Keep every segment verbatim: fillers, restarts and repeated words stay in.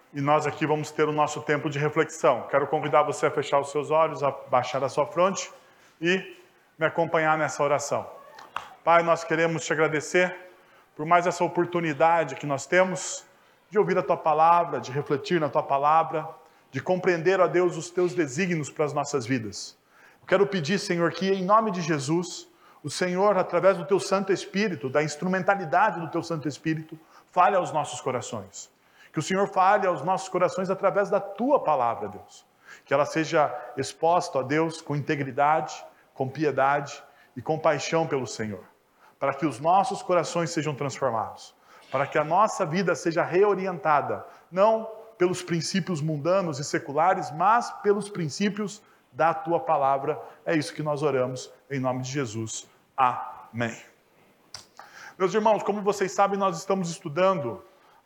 e nós aqui vamos ter o nosso tempo de reflexão. Quero convidar você a fechar os seus olhos, a baixar a sua fronte e me acompanhar nessa oração. Pai, nós queremos te agradecer por mais essa oportunidade que nós temos de ouvir a Tua Palavra, de refletir na Tua Palavra, de compreender, ó Deus, os Teus desígnios para as nossas vidas. Eu quero pedir, Senhor, que em nome de Jesus, o Senhor, através do Teu Santo Espírito, da instrumentalidade do Teu Santo Espírito, fale aos nossos corações. Que o Senhor fale aos nossos corações através da Tua Palavra, Deus. Que ela seja exposta, ó Deus, com integridade, com piedade e com paixão pelo Senhor. Para que os nossos corações sejam transformados. Para que a nossa vida seja reorientada, não pelos princípios mundanos e seculares, mas pelos princípios da Tua Palavra. É isso que nós oramos, em nome de Jesus. Amém. Meus irmãos, como vocês sabem, nós estamos estudando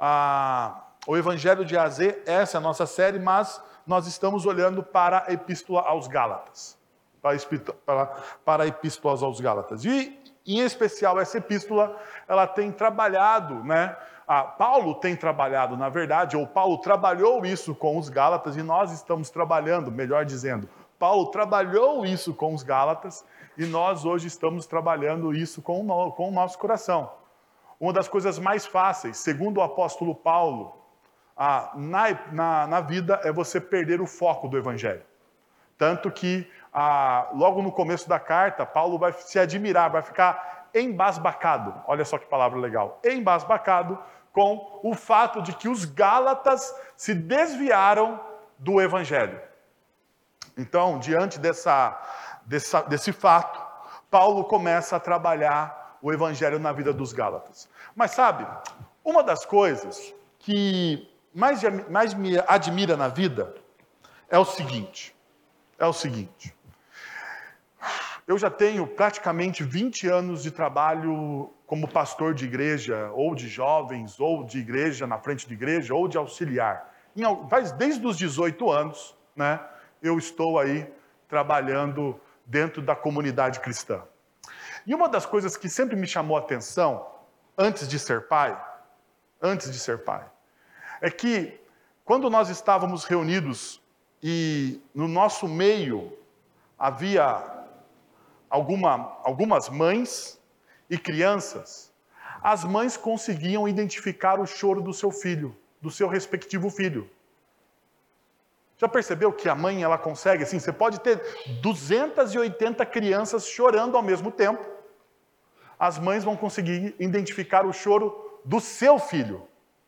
a, o Evangelho de A a Z, essa é a nossa série, mas nós estamos olhando para a Epístola aos Gálatas. Para, para, para a Epístola aos Gálatas. E, em especial, essa epístola, ela tem trabalhado, né? Ah, Paulo tem trabalhado, na verdade, ou Paulo trabalhou isso com os Gálatas, e nós estamos trabalhando, melhor dizendo, Paulo trabalhou isso com os Gálatas, e nós hoje estamos trabalhando isso com o, com o nosso coração. Uma das coisas mais fáceis, segundo o apóstolo Paulo, ah, na, na, na vida, é você perder o foco do Evangelho. Tanto que, ah, logo no começo da carta, Paulo vai se admirar, vai ficar embasbacado. Olha só que palavra legal. Embasbacado com o fato de que os Gálatas se desviaram do Evangelho. Então, diante dessa, dessa, desse fato, Paulo começa a trabalhar o Evangelho na vida dos Gálatas. Mas sabe, uma das coisas que mais, mais me admira na vida é o seguinte... É o seguinte, eu já tenho praticamente vinte anos de trabalho como pastor de igreja, ou de jovens, ou de igreja, na frente de igreja, ou de auxiliar. Em, faz desde os dezoito anos, né, eu estou aí trabalhando dentro da comunidade cristã. E uma das coisas que sempre me chamou a atenção, antes de ser pai, antes de ser pai, é que quando nós estávamos reunidos e no nosso meio havia alguma, algumas mães e crianças, as mães conseguiam identificar o choro do seu filho, do seu respectivo filho. Já percebeu que a mãe ela consegue, assim, você pode ter duzentas e oitenta crianças chorando ao mesmo tempo, as mães vão conseguir identificar o choro do seu filho.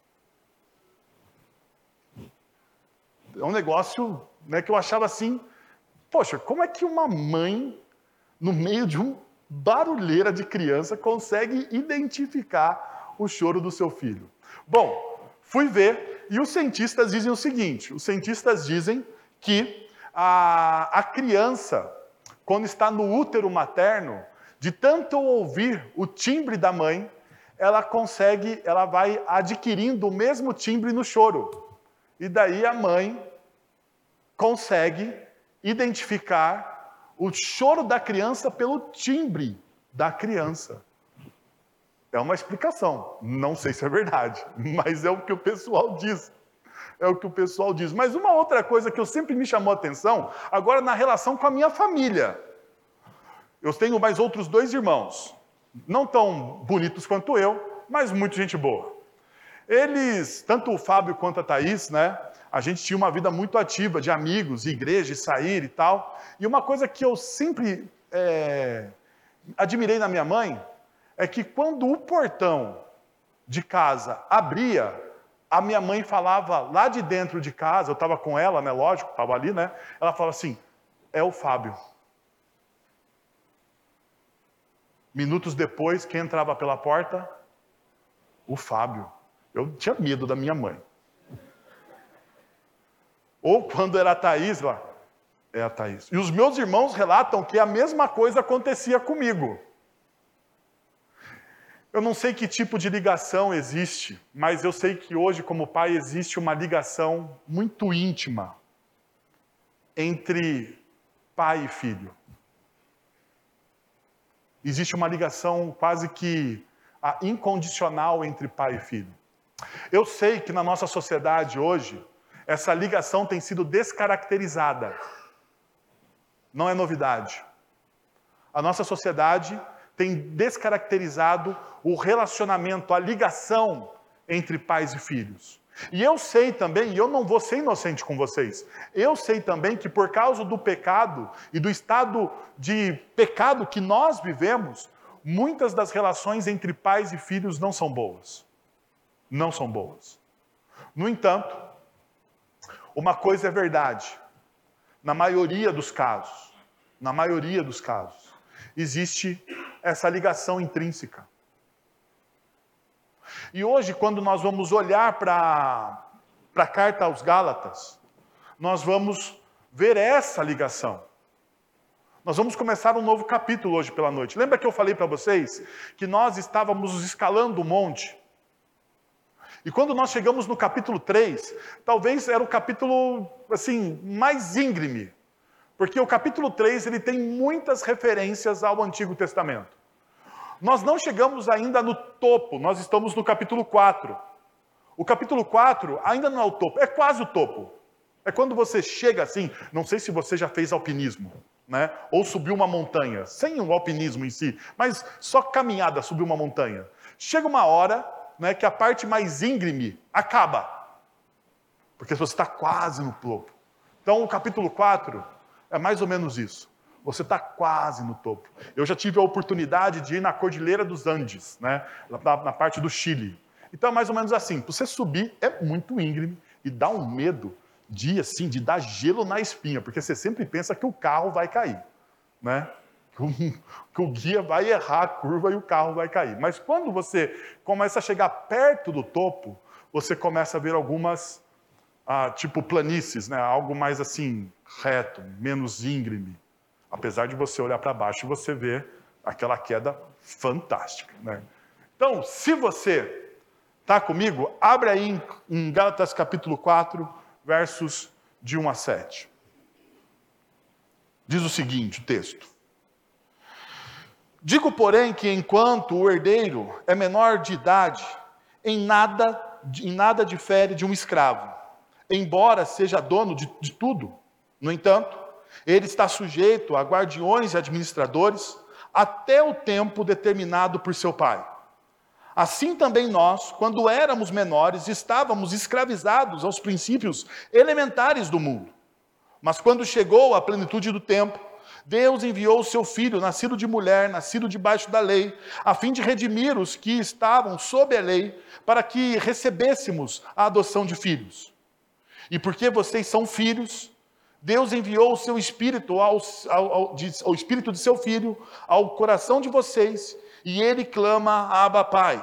É um negócio, né, que eu achava assim, poxa, como é que uma mãe, no meio de uma barulheira de criança, consegue identificar o choro do seu filho? Bom, fui ver, e os cientistas dizem o seguinte, os cientistas dizem que a, a criança, quando está no útero materno, de tanto ouvir o timbre da mãe, ela consegue, ela vai adquirindo o mesmo timbre no choro. E daí a mãe consegue identificar o choro da criança pelo timbre da criança. É uma explicação. Não sei se é verdade, mas é o que o pessoal diz. É o que o pessoal diz. Mas uma outra coisa que eu sempre me chamou a atenção, agora na relação com a minha família. Eu tenho mais outros dois irmãos, não tão bonitos quanto eu, mas muito gente boa. Eles, tanto o Fábio quanto a Thaís, né? A gente tinha uma vida muito ativa, de amigos, igreja, de sair e tal. E uma coisa que eu sempre é, admirei na minha mãe, é que quando o portão de casa abria, a minha mãe falava lá de dentro de casa, eu estava com ela, né? Lógico, estava ali, né? Ela falava assim, é o Fábio. Minutos depois, quem entrava pela porta? O Fábio. Eu tinha medo da minha mãe. Ou quando era a Thaís, lá, é a Thaís. E os meus irmãos relatam que a mesma coisa acontecia comigo. Eu não sei que tipo de ligação existe, mas eu sei que hoje, como pai, existe uma ligação muito íntima entre pai e filho. Existe uma ligação quase que incondicional entre pai e filho. Eu sei que na nossa sociedade hoje, essa ligação tem sido descaracterizada. Não é novidade. A nossa sociedade tem descaracterizado o relacionamento, a ligação entre pais e filhos. E eu sei também, e eu não vou ser inocente com vocês, eu sei também que por causa do pecado e do estado de pecado que nós vivemos, muitas das relações entre pais e filhos não são boas. Não são boas. No entanto, uma coisa é verdade. Na maioria dos casos, na maioria dos casos, existe essa ligação intrínseca. E hoje, quando nós vamos olhar para a carta aos Gálatas, nós vamos ver essa ligação. Nós vamos começar um novo capítulo hoje pela noite. Lembra que eu falei para vocês que nós estávamos escalando o monte? E quando nós chegamos no capítulo três, talvez era o capítulo assim, mais íngreme. Porque o capítulo três ele tem muitas referências ao Antigo Testamento. Nós não chegamos ainda no topo, nós estamos no capítulo quatro. O capítulo quatro ainda não é o topo, é quase o topo. É quando você chega assim, não sei se você já fez alpinismo, né? Ou subiu uma montanha, sem o alpinismo em si, mas só caminhada, subir uma montanha. Chega uma hora, né, que a parte mais íngreme acaba, porque você está quase no topo. Então o capítulo quatro é mais ou menos isso. Você está quase no topo. Eu já tive a oportunidade de ir na Cordilheira dos Andes, né? na, na parte do Chile. Então é mais ou menos assim, para você subir é muito íngreme e dá um medo de, assim, de dar gelo na espinha, porque você sempre pensa que o carro vai cair, né? que, o, que o guia vai errar a curva e o carro vai cair. Mas quando você começa a chegar perto do topo, você começa a ver algumas, ah, tipo planícies, né? Algo mais assim, reto, menos íngreme. Apesar de você olhar para baixo e você ver aquela queda fantástica, né? Então, se você está comigo, abre aí em, em Gálatas capítulo quatro, versos de um a sete. Diz o seguinte, o texto. Digo, porém, que enquanto o herdeiro é menor de idade, em nada, em nada difere de um escravo, embora seja dono de, de tudo. No entanto, ele está sujeito a guardiões e administradores até o tempo determinado por seu pai. Assim também nós, quando éramos menores, estávamos escravizados aos princípios elementares do mundo. Mas quando chegou a plenitude do tempo, Deus enviou o seu Filho, nascido de mulher, nascido debaixo da lei, a fim de redimir os que estavam sob a lei, para que recebêssemos a adoção de filhos. E porque vocês são filhos, Deus enviou o seu Espírito, ao, ao, ao, de, o Espírito de seu Filho, ao coração de vocês, e ele clama, Abba, Pai.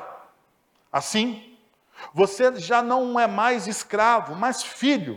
Assim, você já não é mais escravo, mas filho.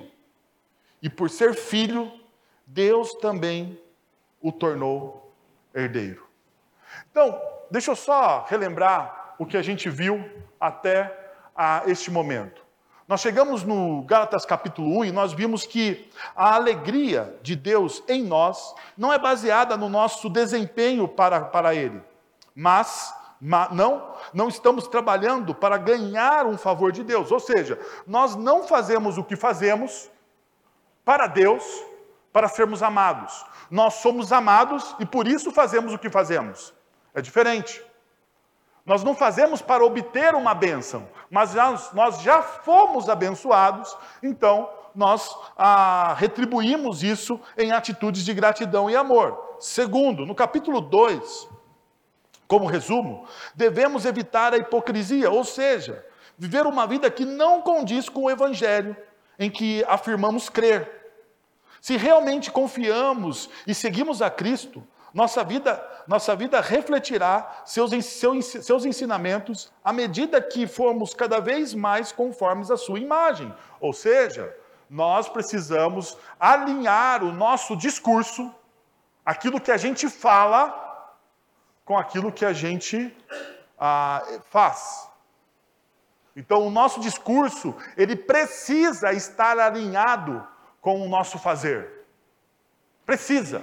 E por ser filho, Deus também o tornou herdeiro. Então, deixa eu só relembrar o que a gente viu até a este momento. Nós chegamos no Gálatas capítulo um e nós vimos que a alegria de Deus em nós não é baseada no nosso desempenho para, para Ele. Mas, mas não, não estamos trabalhando para ganhar um favor de Deus. Ou seja, nós não fazemos o que fazemos para Deus, para sermos amados. Nós somos amados e por isso fazemos o que fazemos. É diferente. Nós não fazemos para obter uma bênção, mas já, nós já fomos abençoados, então nós ah, retribuímos isso em atitudes de gratidão e amor. Segundo, no capítulo dois, como resumo, devemos evitar a hipocrisia, ou seja, viver uma vida que não condiz com o evangelho em que afirmamos crer. Se realmente confiamos e seguimos a Cristo, Nossa vida, nossa vida refletirá seus, seus, seus ensinamentos à medida que formos cada vez mais conformes à sua imagem. Ou seja, nós precisamos alinhar o nosso discurso, aquilo que a gente fala, com aquilo que a gente ah, faz. Então, o nosso discurso, ele precisa estar alinhado com o nosso fazer. Precisa.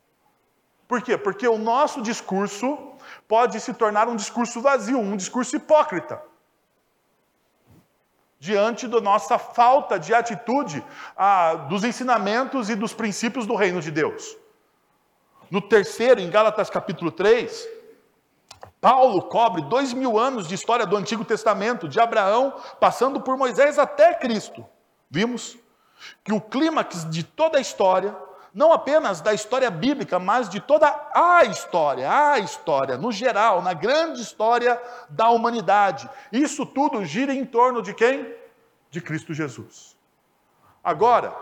Por quê? Porque o nosso discurso pode se tornar um discurso vazio, um discurso hipócrita. diante da nossa falta de atitude ah, dos ensinamentos e dos princípios do reino de Deus. No terceiro, em Gálatas capítulo três, Paulo cobre dois mil anos de história do Antigo Testamento, de Abraão, passando por Moisés até Cristo. Vimos que o clímax de toda a história, não apenas da história bíblica, mas de toda a história, a história, no geral, na grande história da humanidade. Isso tudo gira em torno de quem? De Cristo Jesus. Agora,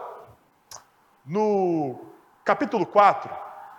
no capítulo quatro,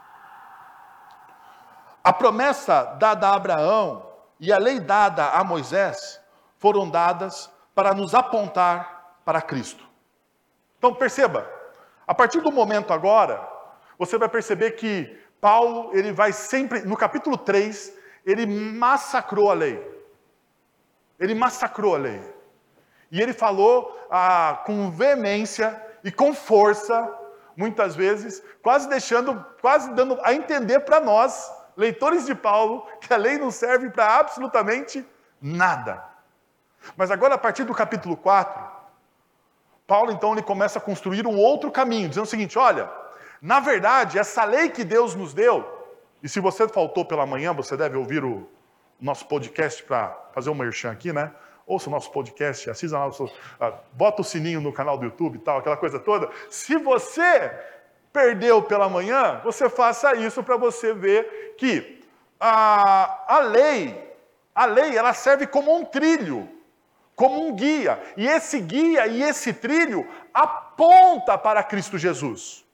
a promessa dada a Abraão e a lei dada a Moisés foram dadas para nos apontar para Cristo. Então perceba, a partir do momento agora, você vai perceber que Paulo, ele vai sempre, no capítulo três, ele massacrou a lei. Ele massacrou a lei. E ele falou ah, com veemência e com força, muitas vezes, quase deixando, quase dando a entender para nós, leitores de Paulo, que a lei não serve para absolutamente nada. Mas agora, a partir do capítulo quatro, Paulo, então, ele começa a construir um outro caminho, dizendo o seguinte, olha, na verdade, essa lei que Deus nos deu, e se você faltou pela manhã, você deve ouvir o nosso podcast para fazer um merchan aqui, né? Ouça o nosso podcast, assista nosso, uh, bota o sininho no canal do YouTube e tal, aquela coisa toda. Se você perdeu pela manhã, você faça isso para você ver que a, a lei, a lei, ela serve como um trilho, como um guia. E esse guia e esse trilho aponta para Cristo Jesus.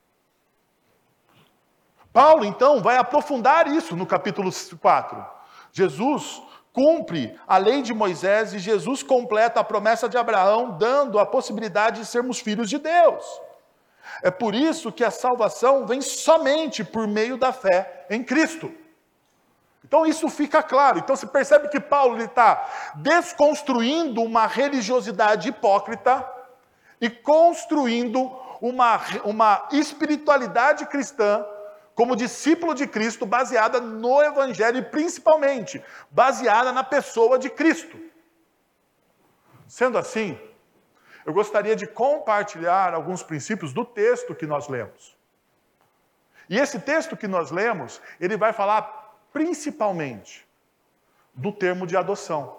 Paulo, então, vai aprofundar isso no capítulo quatro. Jesus cumpre a lei de Moisés e Jesus completa a promessa de Abraão, dando a possibilidade de sermos filhos de Deus. É por isso que a salvação vem somente por meio da fé em Cristo. Então isso fica claro. Então você percebe que Paulo está desconstruindo uma religiosidade hipócrita e construindo uma, uma espiritualidade cristã como discípulo de Cristo, baseada no Evangelho e principalmente baseada na pessoa de Cristo. Sendo assim, eu gostaria de compartilhar alguns princípios do texto que nós lemos. E esse texto que nós lemos, ele vai falar principalmente do termo de adoção.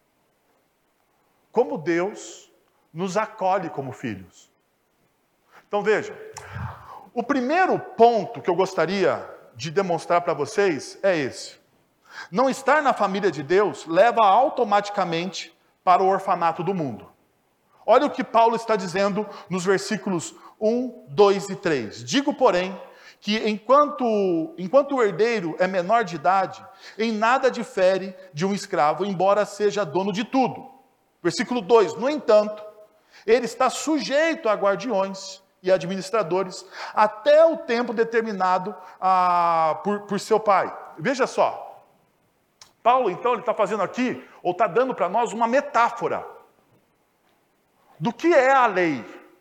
Como Deus nos acolhe como filhos. Então veja, o primeiro ponto que eu gostaria de demonstrar para vocês é esse. Não estar na família de Deus leva automaticamente para o orfanato do mundo. Olha o que Paulo está dizendo nos versículos um, dois e três. Digo, porém, que enquanto, enquanto o herdeiro é menor de idade, em nada difere de um escravo, embora seja dono de tudo. Versículo dois. No entanto, ele está sujeito a guardiões e administradores, até o tempo determinado ah, por, por seu pai. Veja só, Paulo, então, ele está fazendo aqui, ou está dando para nós uma metáfora do que é a lei.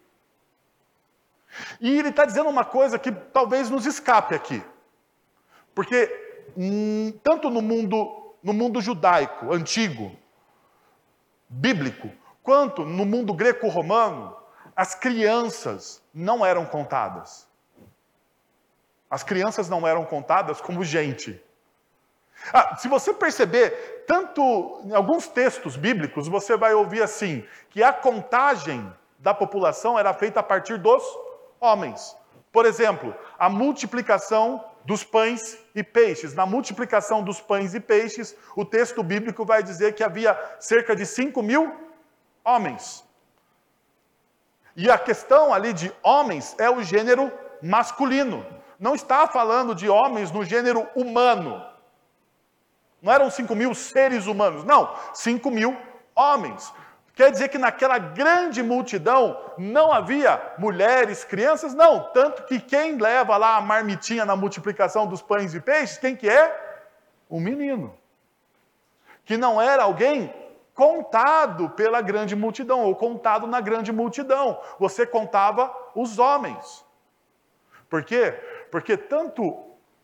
E ele está dizendo uma coisa que talvez nos escape aqui. Porque, hum, tanto no mundo, no mundo judaico, antigo, bíblico, quanto no mundo greco-romano, as crianças não eram contadas. As crianças não eram contadas como gente. Ah, se você perceber, tanto em alguns textos bíblicos, você vai ouvir assim, que a contagem da população era feita a partir dos homens. Por exemplo, a multiplicação dos pães e peixes. Na multiplicação dos pães e peixes, o texto bíblico vai dizer que havia cerca de cinco mil homens. E a questão ali de homens é o gênero masculino. Não está falando de homens no gênero humano. Não eram cinco mil seres humanos, não. cinco mil homens. Quer dizer que naquela grande multidão não havia mulheres, crianças? Não. Tanto que quem leva lá a marmitinha na multiplicação dos pães e peixes, quem que é? Um menino. Que não era alguém contado pela grande multidão, ou contado na grande multidão. Você contava os homens. Por quê? Porque tanto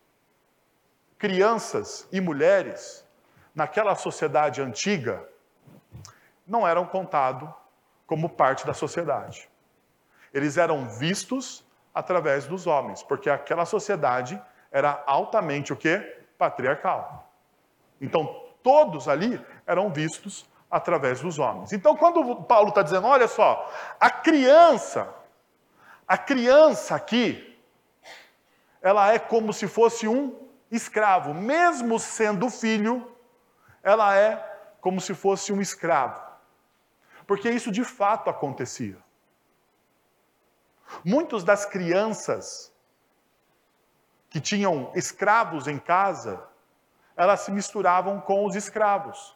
crianças e mulheres, naquela sociedade antiga, não eram contados como parte da sociedade. Eles eram vistos através dos homens, porque aquela sociedade era altamente o quê? Patriarcal. Então, todos ali eram vistos através dos homens. Então, quando Paulo está dizendo, olha só, a criança, a criança aqui, ela é como se fosse um escravo. Mesmo sendo filho, ela é como se fosse um escravo. Porque isso de fato acontecia. Muitas das crianças que tinham escravos em casa, elas se misturavam com os escravos.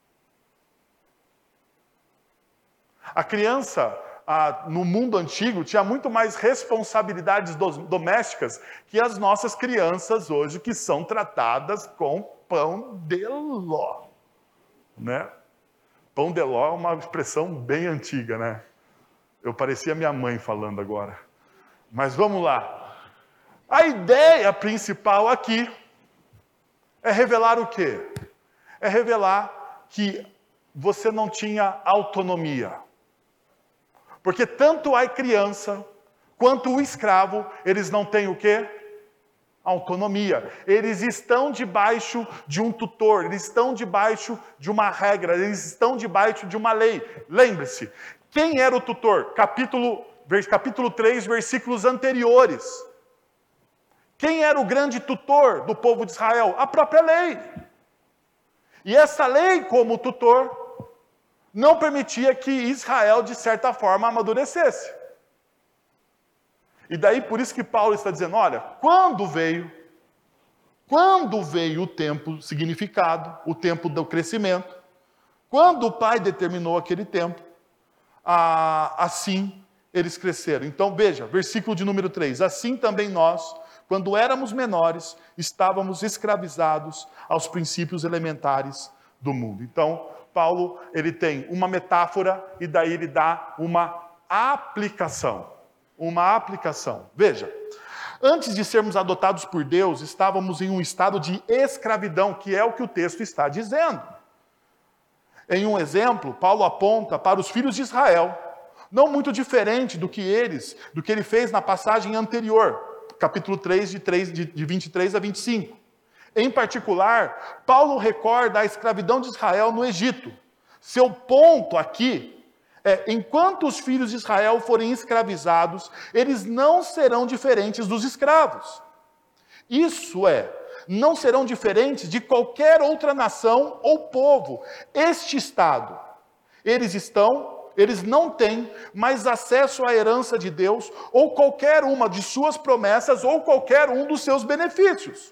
A criança, ah, no mundo antigo, tinha muito mais responsabilidades do- domésticas que as nossas crianças hoje, que são tratadas com pão de ló. Né? Pão de ló é uma expressão bem antiga, né? Eu parecia minha mãe falando agora. Mas vamos lá. A ideia principal aqui é revelar o quê? É revelar que você não tinha autonomia. Porque tanto a criança quanto o escravo, eles não têm o quê? Autonomia. Eles estão debaixo de um tutor, eles estão debaixo de uma regra, eles estão debaixo de uma lei. Lembre-se, quem era o tutor? Capítulo, capítulo três, versículos anteriores. Quem era o grande tutor do povo de Israel? A própria lei. E essa lei, como tutor, não permitia que Israel, de certa forma, amadurecesse. E daí, por isso que Paulo está dizendo, olha, quando veio, quando veio o tempo significado, o tempo do crescimento, quando o pai determinou aquele tempo, ah, assim eles cresceram. Então, veja, versículo de número três, assim também nós, quando éramos menores, estávamos escravizados aos princípios elementares do mundo. Então, Paulo, ele tem uma metáfora e daí ele dá uma aplicação. Uma aplicação. Veja, antes de sermos adotados por Deus, estávamos em um estado de escravidão, que é o que o texto está dizendo. Em um exemplo, Paulo aponta para os filhos de Israel, não muito diferente do que eles, do que ele fez na passagem anterior, capítulo três, de, três, de vinte e três a vinte e cinco. Em particular, Paulo recorda a escravidão de Israel no Egito. Seu ponto aqui é, enquanto os filhos de Israel forem escravizados, eles não serão diferentes dos escravos. Isso é, não serão diferentes de qualquer outra nação ou povo. Este estado, eles estão, eles não têm mais acesso à herança de Deus, ou qualquer uma de suas promessas, ou qualquer um dos seus benefícios.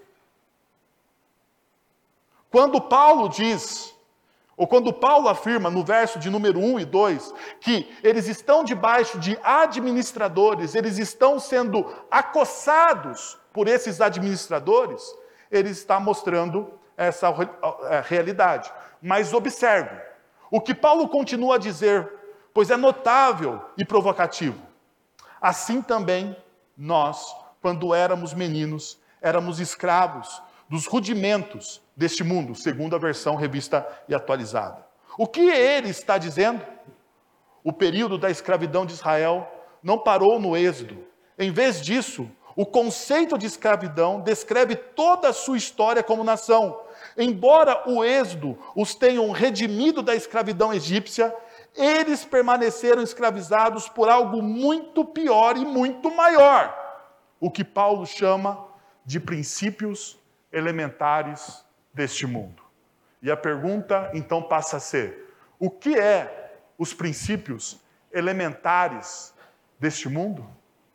Quando Paulo diz, ou quando Paulo afirma no verso de número um e dois, que eles estão debaixo de administradores, eles estão sendo acossados por esses administradores, ele está mostrando essa realidade. Mas observe, o que Paulo continua a dizer, pois é notável e provocativo. Assim também nós, quando éramos meninos, éramos escravos dos rudimentos deste mundo, segundo a versão revista e atualizada. O que ele está dizendo? O período da escravidão de Israel não parou no Êxodo. Em vez disso, o conceito de escravidão descreve toda a sua história como nação. Embora o Êxodo os tenham redimido da escravidão egípcia, eles permaneceram escravizados por algo muito pior e muito maior. O que Paulo chama de princípios elementares deste mundo. E a pergunta então passa a ser: o que é os princípios elementares deste mundo?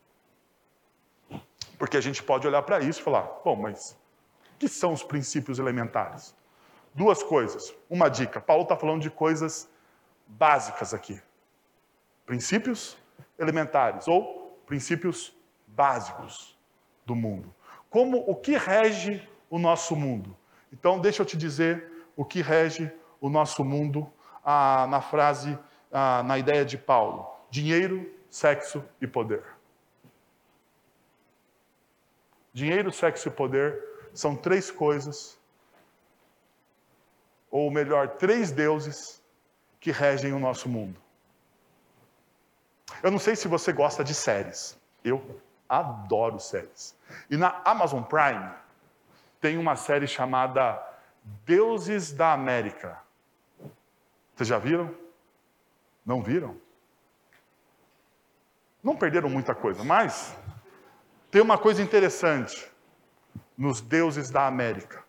Porque a gente pode olhar para isso e falar, bom, mas o que são os princípios elementares? Duas coisas. Uma dica, Paulo está falando de coisas básicas aqui. Princípios elementares, ou princípios básicos do mundo. Como o que rege o nosso mundo? Então, deixa eu te dizer o que rege o nosso mundo ah, na frase, ah, na ideia de Paulo. Dinheiro, sexo e poder. Dinheiro, sexo e poder são três coisas, ou melhor, três deuses que regem o nosso mundo. Eu não sei se você gosta de séries. Eu adoro séries. E na Amazon Prime tem uma série chamada Deuses da América. Vocês já viram? Não viram? Não perderam muita coisa, mas tem uma coisa interessante nos Deuses da América.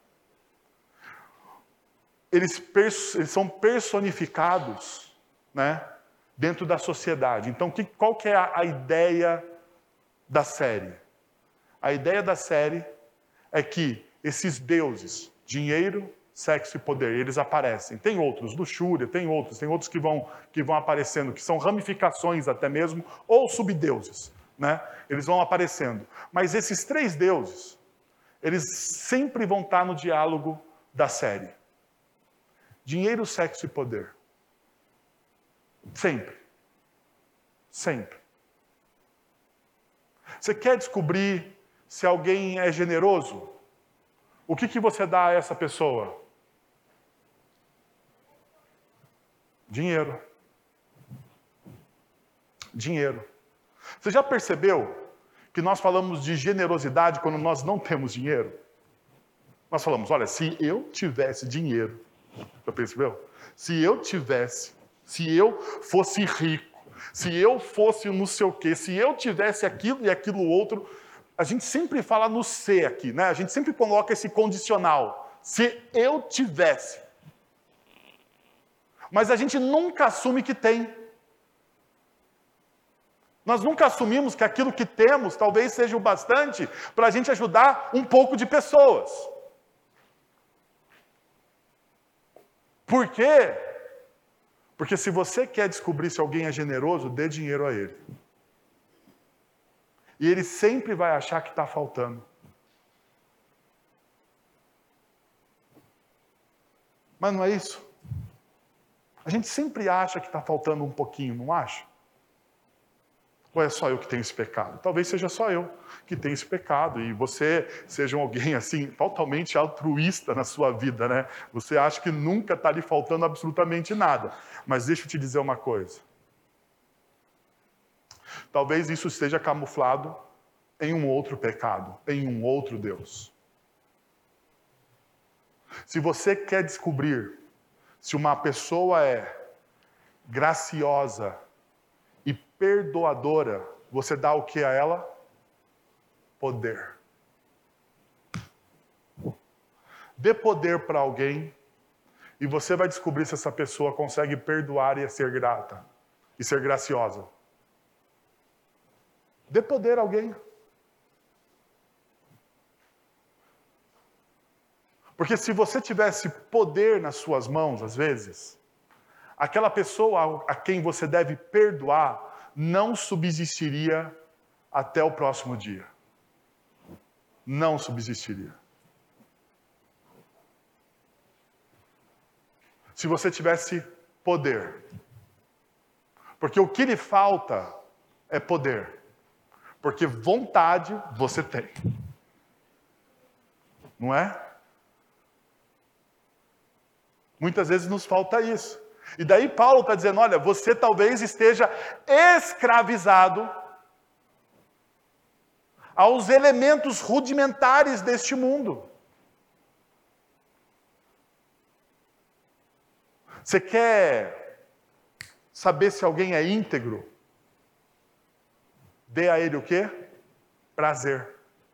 Eles, pers- eles são personificados, né, dentro da sociedade. Então, que, qual que é a, a ideia da série? A ideia da série é que esses deuses, dinheiro, sexo e poder, eles aparecem. Tem outros, luxúria, tem outros, tem outros que vão, que vão aparecendo, que são ramificações até mesmo, ou subdeuses, né? Eles vão aparecendo. Mas esses três deuses, eles sempre vão estar no diálogo da série. Dinheiro, sexo e poder. Sempre. Sempre. Você quer descobrir se alguém é generoso? O que, que você dá a essa pessoa? Dinheiro. Dinheiro. Você já percebeu que nós falamos de generosidade quando nós não temos dinheiro? Nós falamos, olha, se eu tivesse dinheiro, já percebeu? Se eu tivesse, se eu fosse rico, se eu fosse não sei o quê, se eu tivesse aquilo e aquilo outro, a gente sempre fala no se aqui, né? A gente sempre coloca esse condicional. Se eu tivesse. Mas a gente nunca assume que tem. Nós nunca assumimos que aquilo que temos talvez seja o bastante para a gente ajudar um pouco de pessoas. Por quê? Porque se você quer descobrir se alguém é generoso, dê dinheiro a ele. E ele sempre vai achar que está faltando. Mas não é isso? A gente sempre acha que está faltando um pouquinho, não acha? Ou é só eu que tenho esse pecado? Talvez seja só eu que tenho esse pecado e você seja alguém assim, totalmente altruísta na sua vida, né? Você acha que nunca está lhe faltando absolutamente nada. Mas deixa eu te dizer uma coisa. Talvez isso esteja camuflado em um outro pecado, em um outro Deus. Se você quer descobrir se uma pessoa é graciosa e perdoadora, você dá o que a ela? Poder. Dê poder para alguém e você vai descobrir se essa pessoa consegue perdoar e ser grata e ser graciosa. Dê poder a alguém. Porque se você tivesse poder nas suas mãos, às vezes, aquela pessoa a quem você deve perdoar não subsistiria até o próximo dia. Não subsistiria. Se você tivesse poder. Porque o que lhe falta é poder. Porque vontade você tem. Não é? Muitas vezes nos falta isso. E daí Paulo está dizendo, olha, você talvez esteja escravizado aos elementos rudimentares deste mundo. Você quer saber se alguém é íntegro? Dê a ele o quê? Prazer.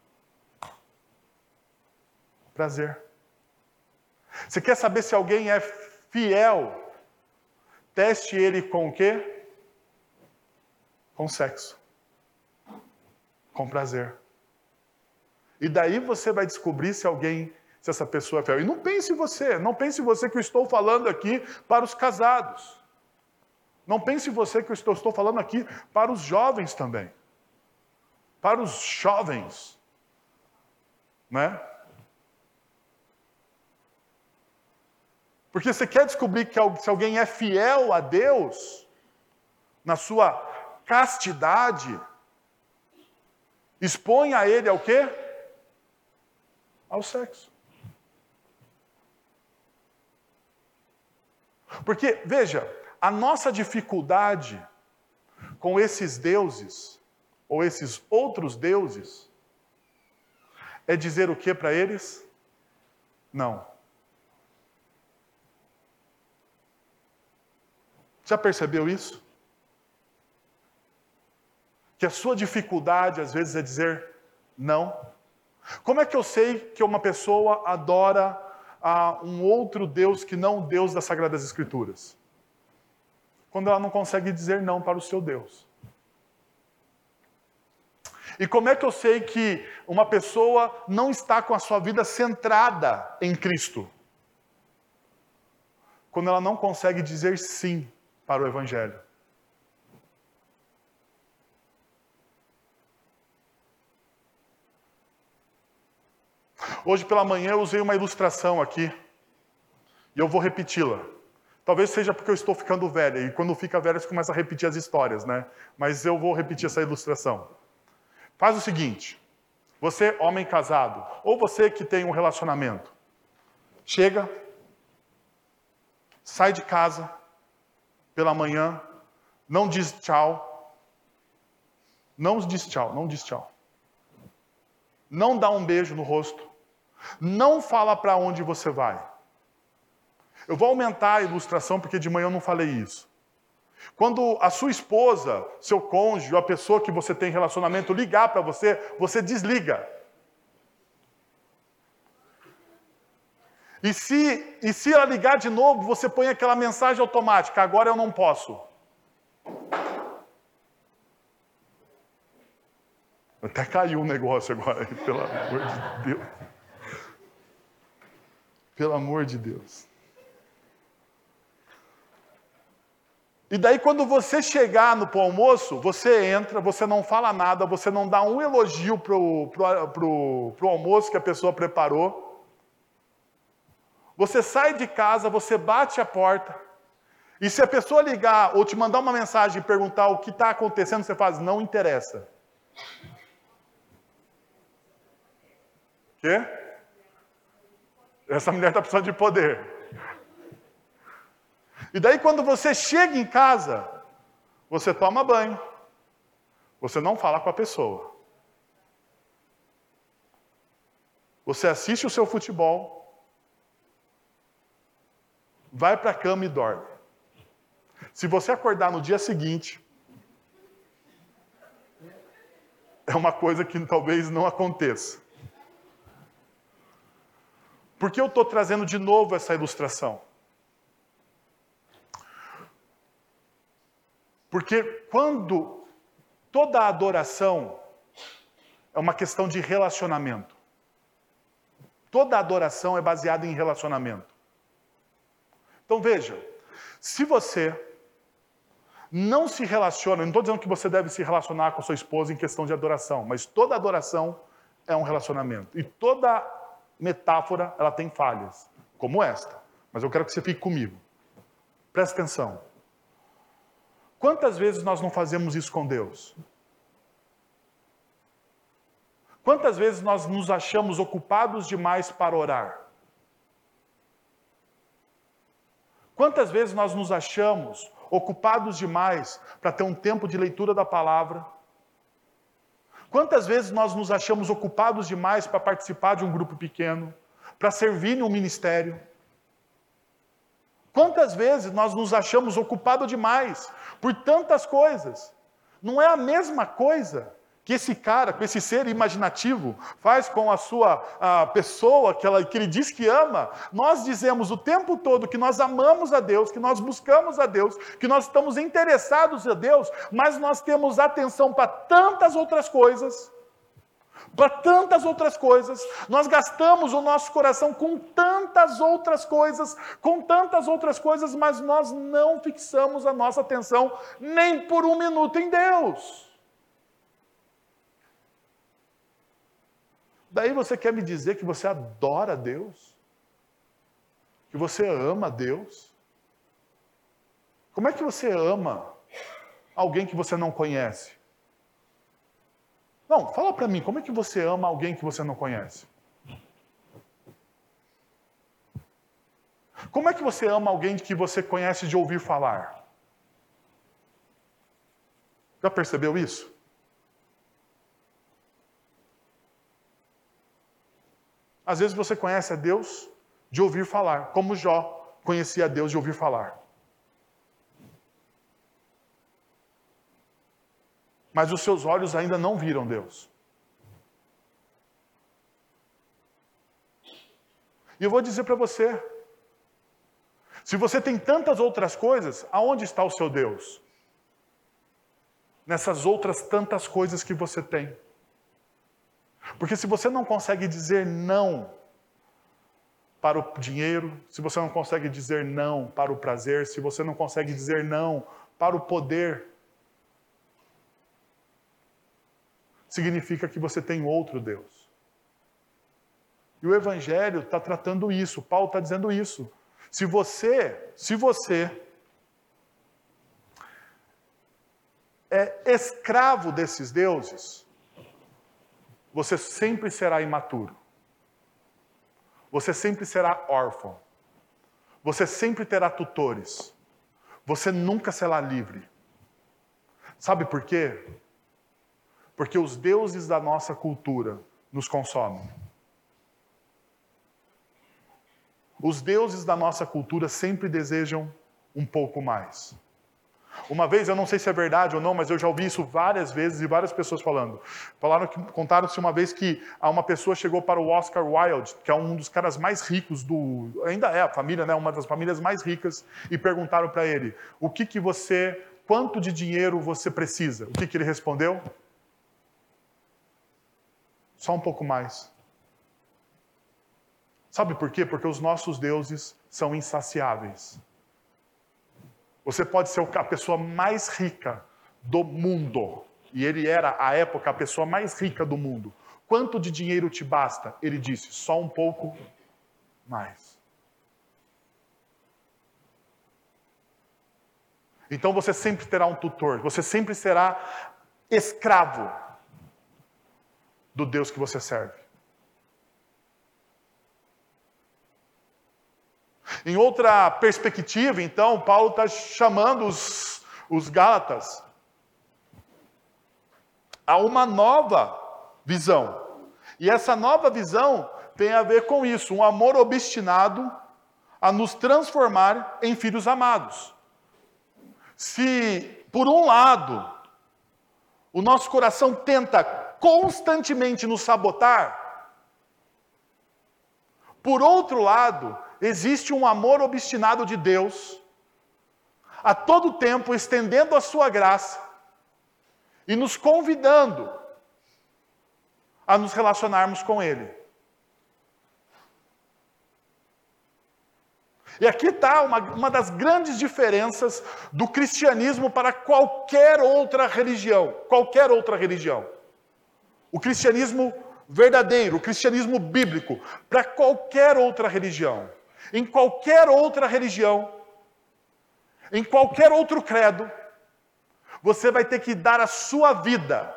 Prazer. Você quer saber se alguém é fiel? Teste ele com o quê? Com sexo. Com prazer. E daí você vai descobrir se alguém, se essa pessoa é fiel. E não pense você, não pense você que eu estou falando aqui para os casados. Não pense você que eu estou, estou falando aqui para os jovens também. Para os jovens. Né? Porque você quer descobrir que se alguém é fiel a Deus, na sua castidade, expõe a ele ao quê? Ao sexo. Porque, veja, a nossa dificuldade com esses deuses, ou esses outros deuses, é dizer o que para eles? Não. Já percebeu isso? Que a sua dificuldade, às vezes, é dizer não. Como é que eu sei que uma pessoa adora a um outro Deus que não o Deus das Sagradas Escrituras? Quando ela não consegue dizer não para o seu Deus. E como é que eu sei que uma pessoa não está com a sua vida centrada em Cristo? Quando ela não consegue dizer sim para o Evangelho. Hoje pela manhã eu usei uma ilustração aqui, e eu vou repeti-la. Talvez seja porque eu estou ficando velha, e quando fica velha você começa a repetir as histórias, né? Mas eu vou repetir essa ilustração. Faz o seguinte, você, homem casado, ou você que tem um relacionamento, chega, sai de casa pela manhã, não diz tchau, não diz tchau, não diz tchau. Não dá um beijo no rosto, não fala para onde você vai. Eu vou aumentar a ilustração porque de manhã eu não falei isso. Quando a sua esposa, seu cônjuge, ou a pessoa que você tem relacionamento ligar para você, você desliga. E se, e se ela ligar de novo, você põe aquela mensagem automática, agora eu não posso. Até caiu um negócio agora, pelo amor de Deus. Pelo amor de Deus. E daí quando você chegar no almoço, você entra, você não fala nada, você não dá um elogio pro, pro, pro, pro almoço que a pessoa preparou. Você sai de casa, você bate a porta. E se a pessoa ligar ou te mandar uma mensagem e perguntar o que está acontecendo, você faz, não interessa. Quê? Essa mulher está precisando de poder. E daí quando você chega em casa, você toma banho. Você não fala com a pessoa. Você assiste o seu futebol. Vai para a cama e dorme. Se você acordar no dia seguinte, é uma coisa que talvez não aconteça. Por que eu estou trazendo de novo essa ilustração? Porque quando toda a adoração é uma questão de relacionamento. Toda a adoração é baseada em relacionamento. Então veja, se você não se relaciona, eu não estou dizendo que você deve se relacionar com a sua esposa em questão de adoração, mas toda adoração é um relacionamento. E toda metáfora, ela tem falhas, como esta. Mas eu quero que você fique comigo. Presta atenção. Quantas vezes nós não fazemos isso com Deus? Quantas vezes nós nos achamos ocupados demais para orar? Quantas vezes nós nos achamos ocupados demais para ter um tempo de leitura da palavra? Quantas vezes nós nos achamos ocupados demais para participar de um grupo pequeno, para servir em um ministério? Quantas vezes nós nos achamos ocupados demais por tantas coisas? Não é a mesma coisa que esse cara, com esse ser imaginativo, faz com a sua a pessoa que, ela, que ele diz que ama. Nós dizemos o tempo todo que nós amamos a Deus, que nós buscamos a Deus, que nós estamos interessados a Deus, mas nós temos atenção para tantas outras coisas, para tantas outras coisas, nós gastamos o nosso coração com tantas outras coisas, com tantas outras coisas, mas nós não fixamos a nossa atenção nem por um minuto em Deus. Daí você quer me dizer que você adora a Deus? Que você ama a Deus? Como é que você ama alguém que você não conhece? Não, fala para mim, como é que você ama alguém que você não conhece? Como é que você ama alguém que você conhece de ouvir falar? Já percebeu isso? Às vezes você conhece a Deus de ouvir falar, como Jó conhecia a Deus de ouvir falar. Mas os seus olhos ainda não viram Deus. E eu vou dizer para você, se você tem tantas outras coisas, aonde está o seu Deus? Nessas outras tantas coisas que você tem. Porque se você não consegue dizer não para o dinheiro, se você não consegue dizer não para o prazer, se você não consegue dizer não para o poder, significa que você tem outro Deus. E o Evangelho está tratando isso, Paulo está dizendo isso. Se você, se você é escravo desses deuses, você sempre será imaturo. Você sempre será órfão. Você sempre terá tutores. Você nunca será livre. Sabe por quê? Porque os deuses da nossa cultura nos consomem. Os deuses da nossa cultura sempre desejam um pouco mais. Uma vez, eu não sei se é verdade ou não, mas eu já ouvi isso várias vezes e várias pessoas falando. Falaram que, contaram-se uma vez que uma pessoa chegou para o Oscar Wilde, que é um dos caras mais ricos do... Ainda é a família, né? Uma das famílias mais ricas, e perguntaram para ele, o que que você... Quanto de dinheiro você precisa? O que que ele respondeu? Só um pouco mais. Sabe por quê? Porque os nossos deuses são insaciáveis. Você pode ser a pessoa mais rica do mundo. E ele era, à época, a pessoa mais rica do mundo. Quanto de dinheiro te basta? Ele disse, só um pouco mais. Então você sempre terá um tutor. Você sempre será escravo do Deus que você serve. Em outra perspectiva, então, Paulo está chamando os, os Gálatas a uma nova visão. E essa nova visão tem a ver com isso, um amor obstinado a nos transformar em filhos amados. Se, por um lado, o nosso coração tenta constantemente nos sabotar, por outro lado, existe um amor obstinado de Deus, a todo tempo estendendo a sua graça e nos convidando a nos relacionarmos com Ele. E aqui está uma, uma das grandes diferenças do cristianismo para qualquer outra religião. Qualquer outra religião. O cristianismo verdadeiro, o cristianismo bíblico, para qualquer outra religião. Em qualquer outra religião, em qualquer outro credo, você vai ter que dar a sua vida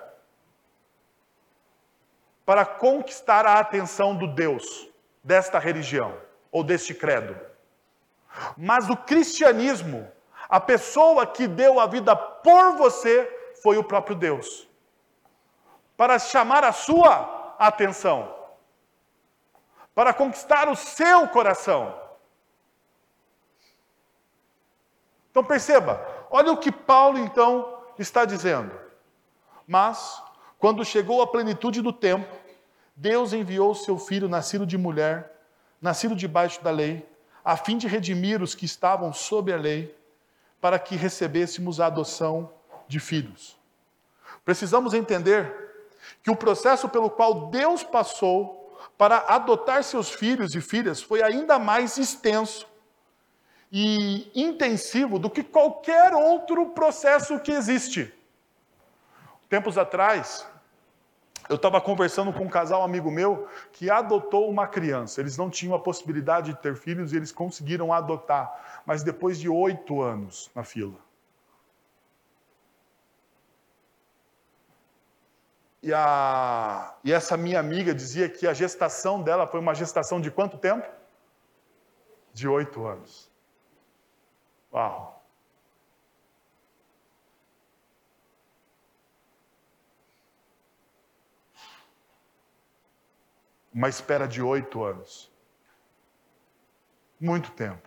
para conquistar a atenção do Deus desta religião ou deste credo. Mas o cristianismo, a pessoa que deu a vida por você foi o próprio Deus, para chamar a sua atenção, para conquistar o seu coração. Então perceba, olha o que Paulo então está dizendo. Mas, quando chegou a plenitude do tempo, Deus enviou o seu filho, nascido de mulher, nascido debaixo da lei, a fim de redimir os que estavam sob a lei, para que recebêssemos a adoção de filhos. Precisamos entender que o processo pelo qual Deus passou para adotar seus filhos e filhas foi ainda mais extenso e intensivo do que qualquer outro processo que existe. Tempos atrás, eu estava conversando com um casal amigo meu que adotou uma criança. Eles não tinham a possibilidade de ter filhos e eles conseguiram adotar, mas depois de oito anos na fila. E, a, e essa minha amiga dizia que a gestação dela foi uma gestação de quanto tempo? De oito anos. Uau! uma espera de oito anos. Muito tempo.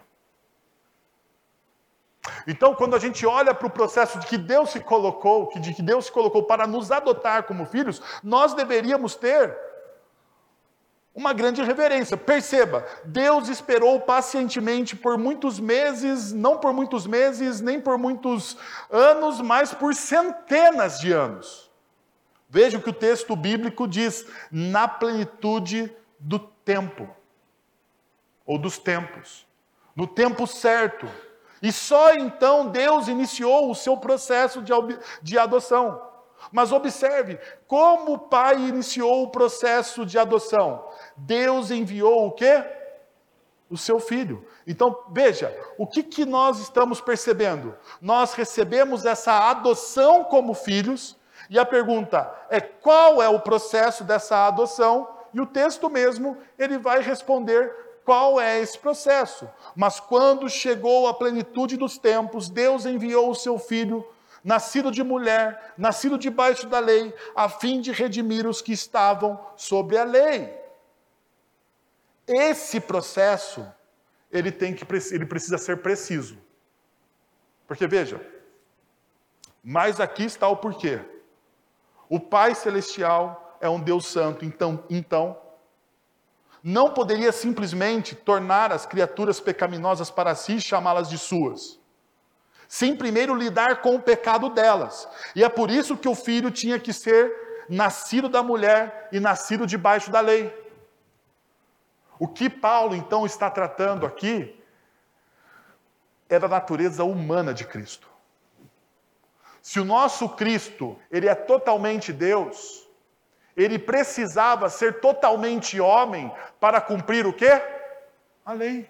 Então, quando a gente olha para o processo de que Deus se colocou, que de que Deus se colocou para nos adotar como filhos, nós deveríamos ter uma grande reverência. Perceba, Deus esperou pacientemente por muitos meses, não por muitos meses, nem por muitos anos, mas por centenas de anos. Veja o que o texto bíblico diz, na plenitude do tempo, ou dos tempos, no tempo certo. E só então Deus iniciou o seu processo de, de adoção. Mas observe, como o pai iniciou o processo de adoção? Deus enviou o quê? O seu filho. Então, veja, o que, que nós estamos percebendo? Nós recebemos essa adoção como filhos, e a pergunta é qual é o processo dessa adoção? E o texto mesmo, ele vai responder qual é esse processo. Mas quando chegou a plenitude dos tempos, Deus enviou o seu filho, nascido de mulher, nascido debaixo da lei, a fim de redimir os que estavam sobre a lei. Esse processo, ele, tem que, ele precisa ser preciso. Porque veja, mas aqui está o porquê. O Pai Celestial é um Deus Santo, então, então não poderia simplesmente tornar as criaturas pecaminosas para si e chamá-las de suas. Sem primeiro lidar com o pecado delas. E é por isso que o filho tinha que ser nascido da mulher e nascido debaixo da lei. O que Paulo então está tratando aqui é da natureza humana de Cristo. Se o nosso Cristo, ele é totalmente Deus, ele precisava ser totalmente homem para cumprir o quê? A lei.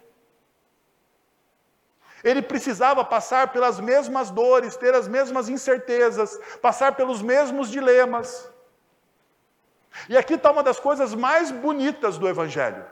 Ele precisava passar pelas mesmas dores, ter as mesmas incertezas, passar pelos mesmos dilemas. E aqui está uma das coisas mais bonitas do Evangelho.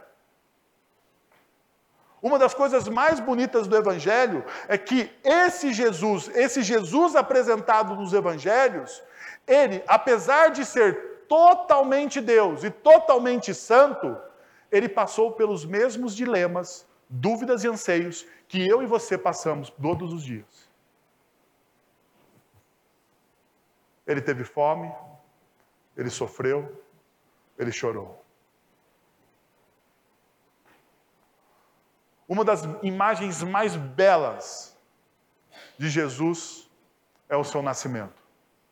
Uma das coisas mais bonitas do Evangelho é que esse Jesus, esse Jesus apresentado nos Evangelhos, ele, apesar de ser totalmente Deus e totalmente santo, ele passou pelos mesmos dilemas, dúvidas e anseios que eu e você passamos todos os dias. Ele teve fome, ele sofreu, ele chorou. Uma das imagens mais belas de Jesus é o seu nascimento.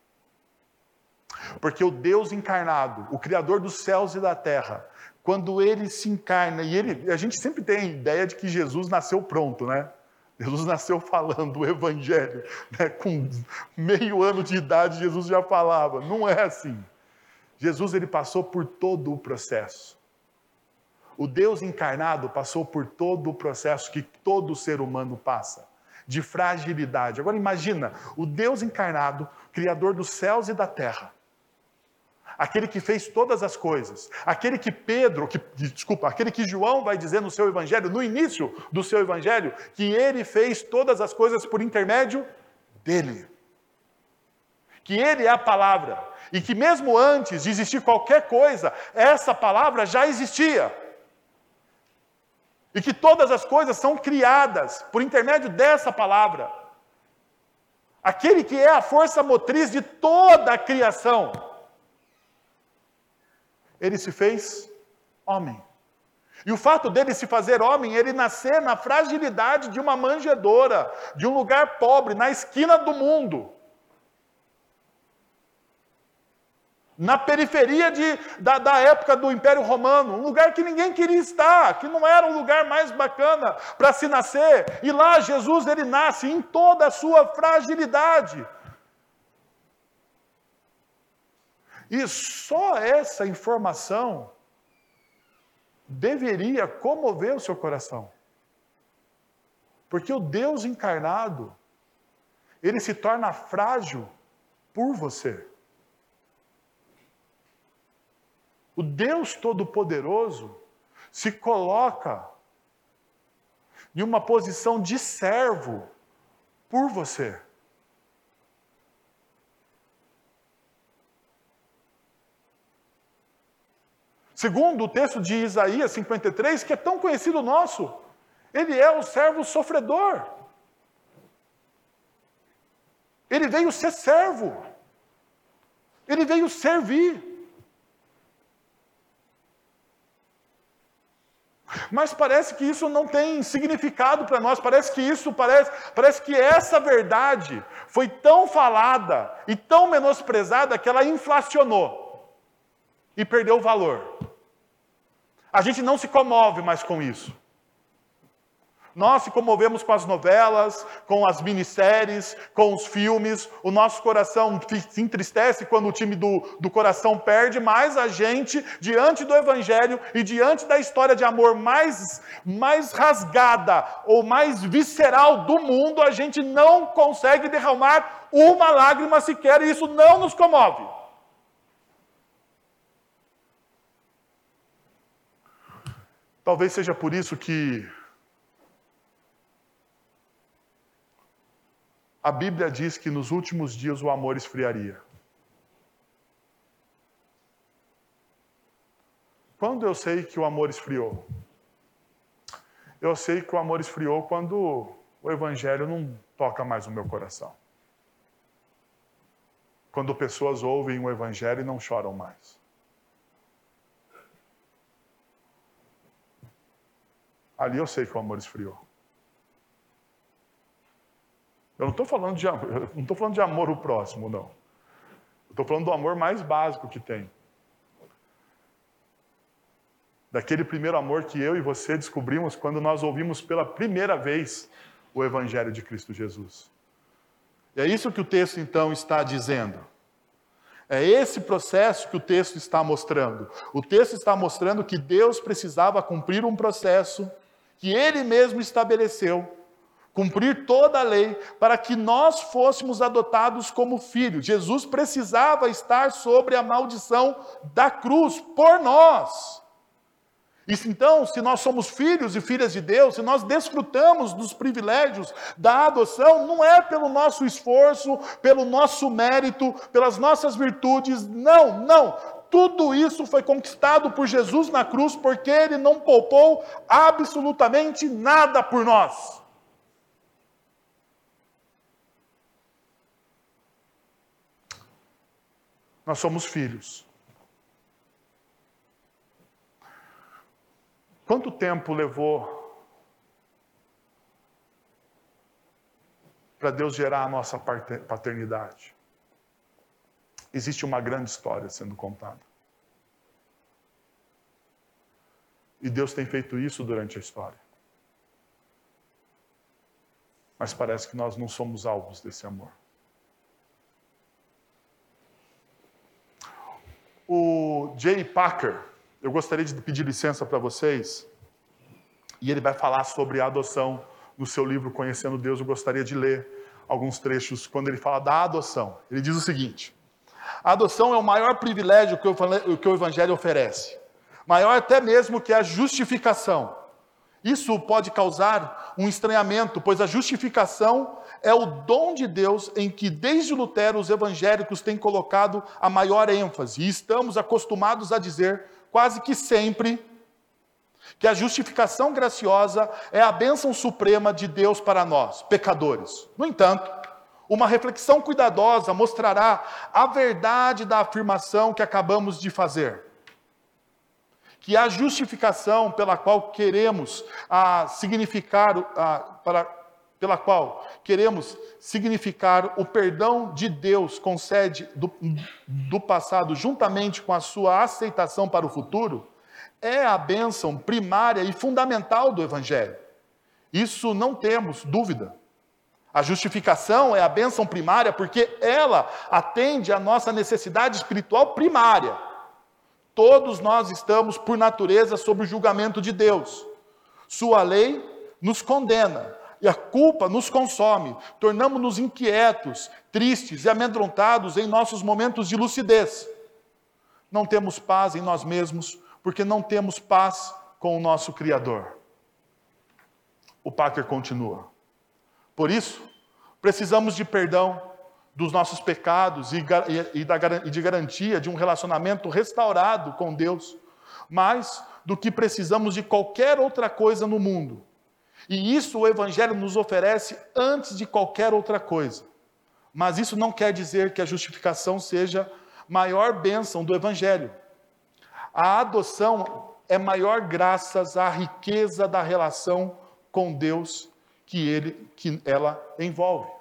Porque o Deus encarnado, o Criador dos céus e da terra, quando ele se encarna, e ele, a gente sempre tem a ideia de que Jesus nasceu pronto, né? Jesus nasceu falando o Evangelho, né? Com meio ano de idade Jesus já falava. Não é assim. Jesus ele passou por todo o processo. O Deus encarnado passou por todo o processo que todo ser humano passa, de fragilidade. Agora imagina, o Deus encarnado, Criador dos céus e da terra, aquele que fez todas as coisas, aquele que Pedro, que, desculpa, aquele que João vai dizer no seu evangelho, no início do seu evangelho, que ele fez todas as coisas por intermédio dele. Que ele é a palavra, e que mesmo antes de existir qualquer coisa, essa palavra já existia. E que todas as coisas são criadas por intermédio dessa palavra. Aquele que é a força motriz de toda a criação. Ele se fez homem. E o fato dele se fazer homem, ele nascer na fragilidade de uma manjedoura, de um lugar pobre, na esquina do mundo. Na periferia de, da, da época do Império Romano, um lugar que ninguém queria estar, que não era o lugar mais bacana para se nascer. E lá Jesus ele nasce em toda a sua fragilidade. E só essa informação deveria comover o seu coração. Porque o Deus encarnado, ele se torna frágil por você. O Deus Todo-Poderoso se coloca em uma posição de servo por você. Segundo o texto de Isaías cinquenta e três, que é tão conhecido nosso, ele é o servo sofredor. Ele veio ser servo. Ele veio servir. Mas parece que isso não tem significado para nós, parece que isso, parece, parece que essa verdade foi tão falada e tão menosprezada que ela inflacionou e perdeu o valor. A gente não se comove mais com isso. Nós se comovemos com as novelas, com as minisséries, com os filmes. O nosso coração se entristece quando o time do, do coração perde, mas a gente, diante do Evangelho e diante da história de amor mais, mais rasgada ou mais visceral do mundo, a gente não consegue derramar uma lágrima sequer e isso não nos comove. Talvez seja por isso que a Bíblia diz que nos últimos dias o amor esfriaria. Quando eu sei que o amor esfriou? Eu sei que o amor esfriou quando o Evangelho não toca mais o meu coração. Quando pessoas ouvem o Evangelho e não choram mais. Ali eu sei que o amor esfriou. Eu não estou falando de amor, eu não estou falando de amor ao próximo, não. Eu estou falando do amor mais básico que tem. Daquele primeiro amor que eu e você descobrimos quando nós ouvimos pela primeira vez o Evangelho de Cristo Jesus. E é isso que o texto então está dizendo. É esse processo que o texto está mostrando. O texto está mostrando que Deus precisava cumprir um processo que Ele mesmo estabeleceu. Cumprir toda a lei para que nós fôssemos adotados como filhos. Jesus precisava estar sobre a maldição da cruz por nós. E então, se nós somos filhos e filhas de Deus, se nós desfrutamos dos privilégios da adoção, não é pelo nosso esforço, pelo nosso mérito, pelas nossas virtudes, não, não. Tudo isso foi conquistado por Jesus na cruz, porque Ele não poupou absolutamente nada por nós. Nós somos filhos. Quanto tempo levou para Deus gerar a nossa paternidade? Existe uma grande história sendo contada. E Deus tem feito isso durante a história. Mas parece que nós não somos alvos desse amor. O J. Packer, eu gostaria de pedir licença para vocês, e ele vai falar sobre a adoção no seu livro Conhecendo Deus. Eu gostaria de ler alguns trechos quando ele fala da adoção. Ele diz o seguinte: a adoção é o maior privilégio que o Evangelho oferece, maior até mesmo que a justificação. Isso pode causar um estranhamento, pois a justificação é o dom de Deus em que desde Lutero os evangélicos têm colocado a maior ênfase. E estamos acostumados a dizer, quase que sempre, que a justificação graciosa é a bênção suprema de Deus para nós, pecadores. No entanto, uma reflexão cuidadosa mostrará a verdade da afirmação que acabamos de fazer. Que a justificação pela qual queremos a significar, a, para, pela qual queremos significar o perdão de Deus concede do, do passado juntamente com a sua aceitação para o futuro, é a bênção primária e fundamental do Evangelho. Isso não temos dúvida. A justificação é a bênção primária porque ela atende à nossa necessidade espiritual primária. Todos nós estamos, por natureza, sob o julgamento de Deus. Sua lei nos condena e a culpa nos consome. Tornamos-nos inquietos, tristes e amedrontados em nossos momentos de lucidez. Não temos paz em nós mesmos, porque não temos paz com o nosso Criador. O Packer continua. Por isso, precisamos de perdão dos nossos pecados e de garantia de um relacionamento restaurado com Deus. mais do que precisamos de qualquer outra coisa no mundo. E isso o Evangelho nos oferece antes de qualquer outra coisa. Mas isso não quer dizer que a justificação seja a maior bênção do Evangelho. A adoção é maior graças à riqueza da relação com Deus que, ele, que ela envolve.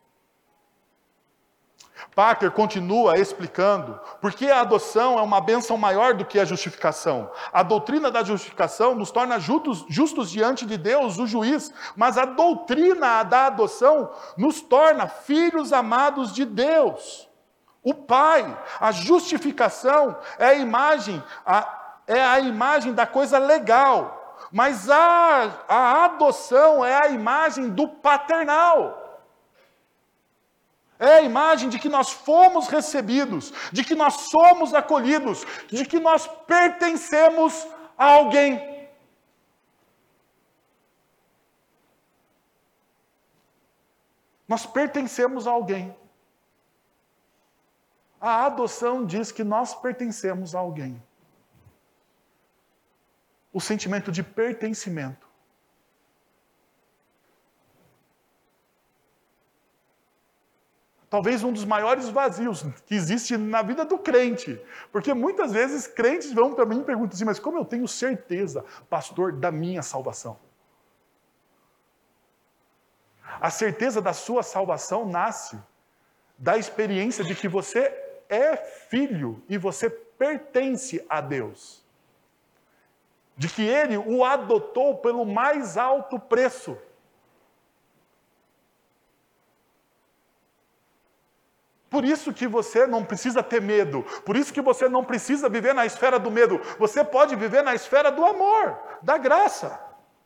Parker continua explicando por que a adoção é uma bênção maior do que a justificação. A doutrina da justificação nos torna justos, justos diante de Deus, o juiz, mas a doutrina da adoção nos torna filhos amados de Deus, o Pai. A justificação é a imagem, a, é a imagem da coisa legal, mas a, a adoção é a imagem do paternal. É a imagem de que nós fomos recebidos, de que nós somos acolhidos, de que nós pertencemos a alguém. Nós pertencemos a alguém. A adoção diz que nós pertencemos a alguém. O sentimento de pertencimento. Talvez um dos maiores vazios que existe na vida do crente. Porque muitas vezes crentes vão para mim e perguntam assim, mas como eu tenho certeza, pastor, da minha salvação? A certeza da sua salvação nasce da experiência de que você é filho e você pertence a Deus. De que Ele o adotou pelo mais alto preço. Por isso que você não precisa ter medo. Por isso que você não precisa viver na esfera do medo. Você pode viver na esfera do amor, da graça.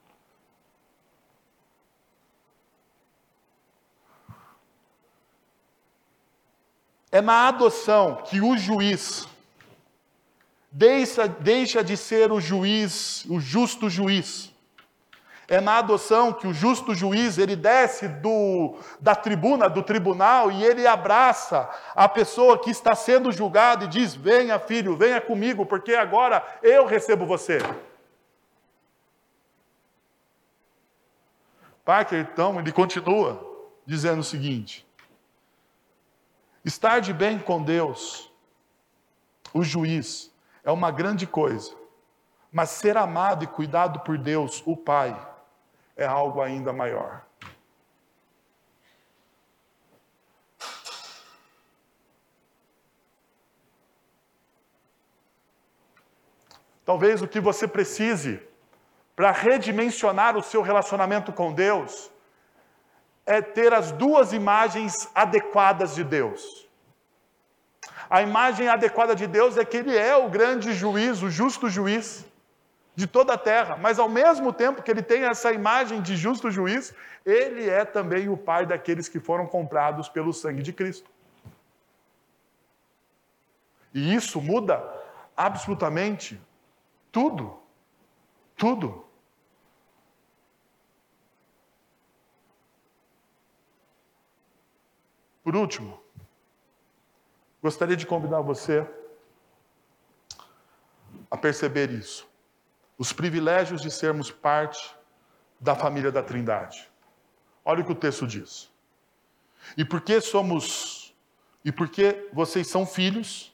É na adoção que o juiz deixa, deixa de ser o juiz, o justo juiz. É na adoção que o justo juiz, ele desce do, da tribuna, do tribunal, e ele abraça a pessoa que está sendo julgada e diz, venha filho, venha comigo, porque agora eu recebo você. Parker, então, ele continua dizendo o seguinte, estar de bem com Deus, o juiz, é uma grande coisa, mas ser amado e cuidado por Deus, o Pai, é algo ainda maior. Talvez o que você precise para redimensionar o seu relacionamento com Deus é ter as duas imagens adequadas de Deus. A imagem adequada de Deus é que Ele é o grande juiz, o justo juiz de toda a terra, mas ao mesmo tempo que Ele tem essa imagem de justo juiz, Ele é também o Pai daqueles que foram comprados pelo sangue de Cristo. E isso muda absolutamente tudo, tudo. Por último, gostaria de convidar você a perceber isso. Os privilégios de sermos parte da família da Trindade. Olha o que o texto diz. E porque somos, e porque vocês são filhos,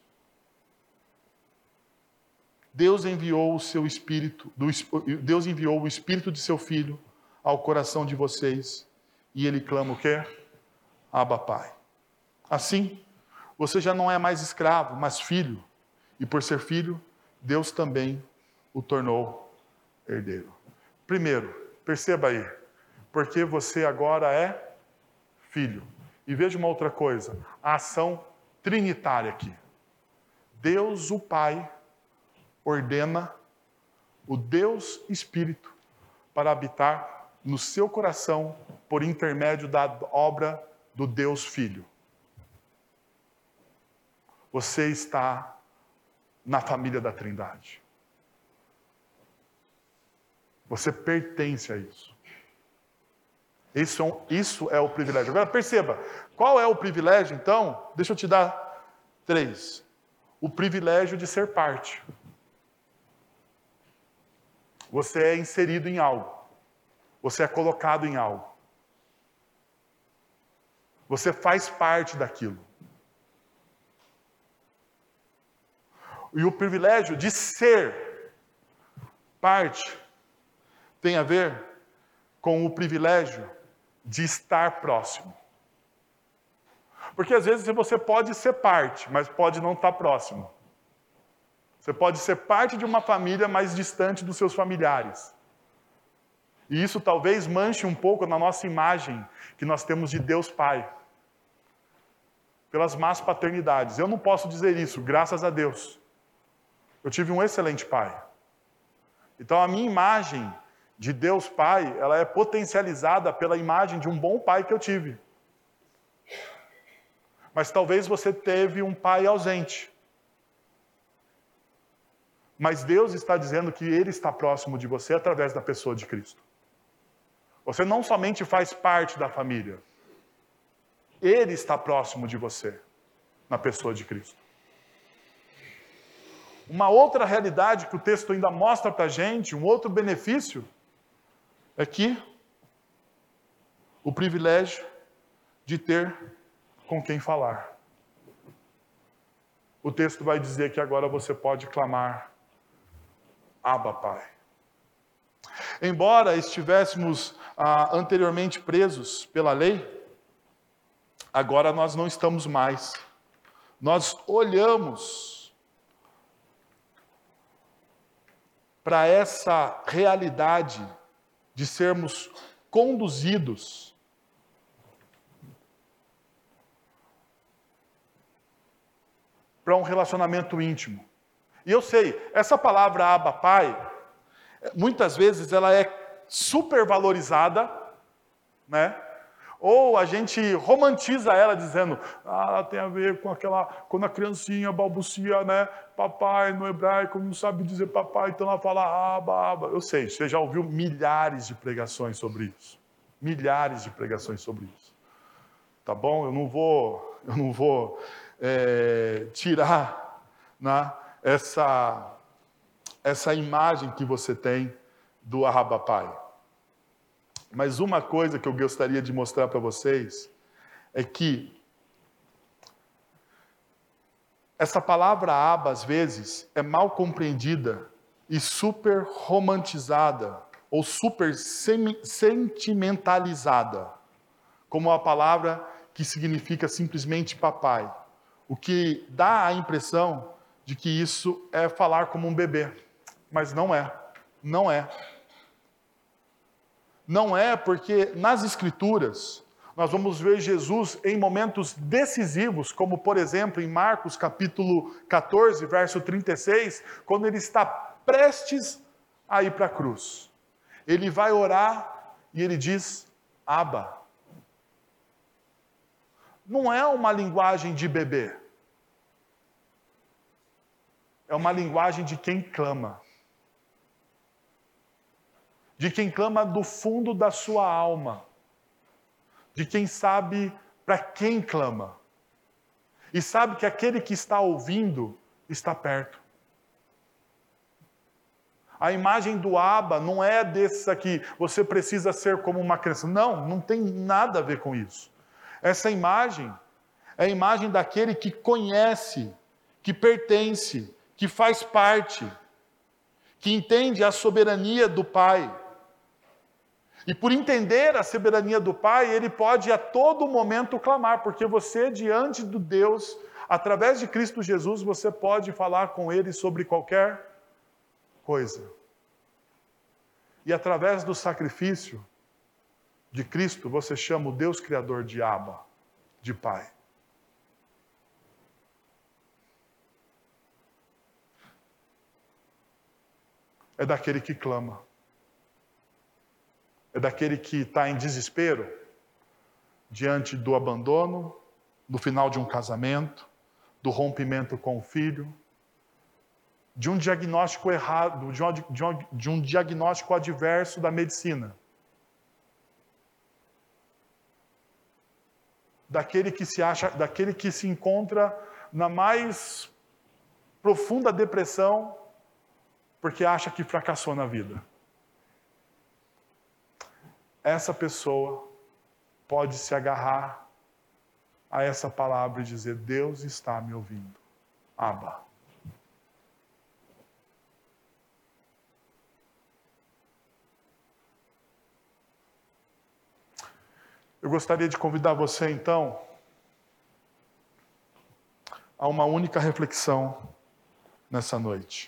Deus enviou o seu Espírito, Deus enviou o Espírito de seu Filho ao coração de vocês, e Ele clama o quê? Abba, Pai. Assim, você já não é mais escravo, mas filho. E por ser filho, Deus também o tornou herdeiro. Primeiro, perceba aí, porque você agora é filho. E veja uma outra coisa, a ação trinitária aqui. Deus, o Pai, ordena o Deus Espírito para habitar no seu coração por intermédio da obra do Deus Filho. Você está na família da Trindade. Você pertence a isso. Isso é, um, isso é o privilégio. Agora perceba, qual é o privilégio então? Deixa eu te dar três. O privilégio de ser parte. você é inserido em algo. Você é colocado em algo. Você faz parte daquilo. E o privilégio de ser parte tem a ver com o privilégio de estar próximo. Porque às vezes você pode ser parte, mas pode não estar próximo. Você pode ser parte de uma família mais distante dos seus familiares. E isso talvez manche um pouco na nossa imagem que nós temos de Deus Pai. Pelas más paternidades. Eu não posso dizer isso, graças a Deus. Eu tive um excelente pai. Então a minha imagem de Deus Pai, ela é potencializada pela imagem de um bom pai que eu tive. Mas talvez você teve um pai ausente. Mas Deus está dizendo que Ele está próximo de você através da pessoa de Cristo. Você não somente faz parte da família. Ele está próximo de você, na pessoa de Cristo. Uma outra realidade que o texto ainda mostra para a gente, um outro benefício, é que o privilégio de ter com quem falar. O texto vai dizer que agora você pode clamar, Abba, Pai. Embora estivéssemos ah, anteriormente presos pela lei, agora nós não estamos mais. Nós olhamos para essa realidade de sermos conduzidos para um relacionamento íntimo. E eu sei, essa palavra Abba, Pai, muitas vezes ela é supervalorizada, né? Ou a gente romantiza ela dizendo, ah, tem a ver com aquela, quando a criancinha balbucia, né? Papai, no hebraico, não sabe dizer papai, então ela fala Abba, Abba. Eu sei, você já ouviu milhares de pregações sobre isso. Milhares de pregações sobre isso. Tá bom? Eu não vou, eu não vou é, tirar, né, essa, essa imagem que você tem do Abba, Pai. Mas uma coisa que eu gostaria de mostrar para vocês é que essa palavra Abba, às vezes, é mal compreendida e super romantizada ou super sentimentalizada, como a palavra que significa simplesmente papai. O que dá a impressão de que isso é falar como um bebê. Mas não é. Não é. Não é porque nas Escrituras nós vamos ver Jesus em momentos decisivos, como por exemplo em Marcos capítulo catorze, verso trinta e seis, quando ele está prestes a ir para a cruz. Ele vai orar e ele diz, Abba. Não é uma linguagem de bebê. É uma linguagem de quem clama. De quem clama do fundo da sua alma. De quem sabe para quem clama. E sabe que aquele que está ouvindo está perto. A imagem do Abba não é dessa que você precisa ser como uma criança. Não, não tem nada a ver com isso. Essa imagem é a imagem daquele que conhece, que pertence, que faz parte, que entende a soberania do Pai. E por entender a soberania do Pai, ele pode a todo momento clamar, porque você, diante do Deus, através de Cristo Jesus, você pode falar com Ele sobre qualquer coisa. E através do sacrifício de Cristo, você chama o Deus Criador de Abba, de Pai. É daquele que clama. É daquele que está em desespero diante do abandono, do final de um casamento, do rompimento com o filho, de um diagnóstico errado, de um, de um, de um diagnóstico adverso da medicina. Daquele que se acha, daquele que se encontra na mais profunda depressão porque acha que fracassou na vida. essa pessoa pode se agarrar a essa palavra e dizer: Deus está me ouvindo. Abba. Eu gostaria de convidar você, então, a uma única reflexão nessa noite.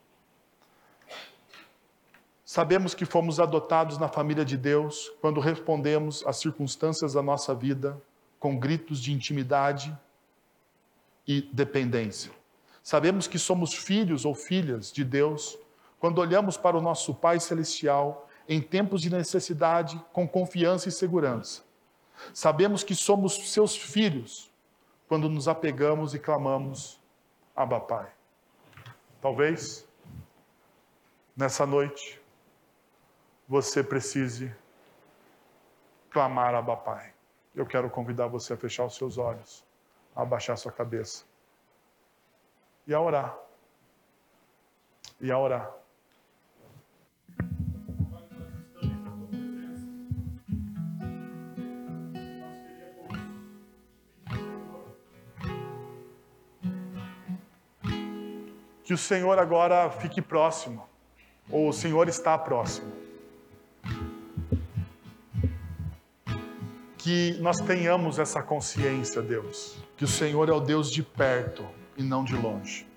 Sabemos que fomos adotados na família de Deus quando respondemos às circunstâncias da nossa vida com gritos de intimidade e dependência. Sabemos que somos filhos ou filhas de Deus quando olhamos para o nosso Pai Celestial em tempos de necessidade com confiança e segurança. Sabemos que somos seus filhos quando nos apegamos e clamamos: Abba, Pai. Talvez, nessa noite, você precise clamar: Abba, Pai. Eu quero convidar você a fechar os seus olhos, a abaixar sua cabeça e a orar. E a orar. Que o Senhor agora fique próximo, ou o Senhor está próximo. Que nós tenhamos essa consciência, Deus, que o Senhor é o Deus de perto e não de longe.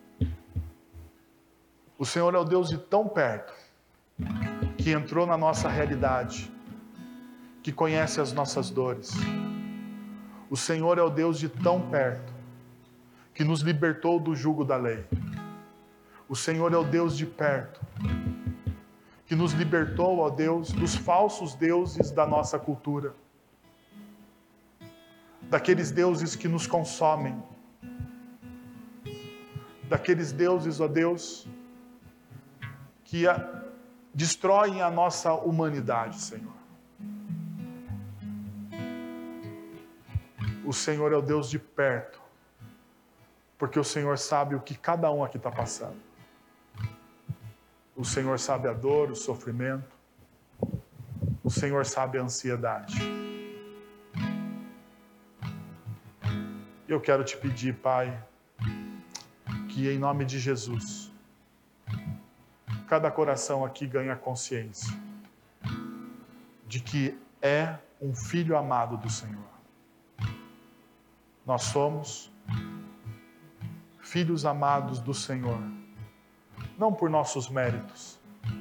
O Senhor é o Deus de tão perto, que entrou na nossa realidade, que conhece as nossas dores. O Senhor é o Deus de tão perto, que nos libertou do jugo da lei. O Senhor é o Deus de perto, que nos libertou, ó Deus, dos falsos deuses da nossa cultura. Daqueles deuses que nos consomem. Daqueles deuses, ó Deus, que a, destroem a nossa humanidade, Senhor. O Senhor é o Deus de perto, porque o Senhor sabe o que cada um aqui está passando. O Senhor sabe a dor, o sofrimento. O Senhor sabe a ansiedade. Eu quero te pedir, Pai, que em nome de Jesus, cada coração aqui ganhe consciência de que é um filho amado do Senhor. Nós somos filhos amados do Senhor. Não por nossos méritos,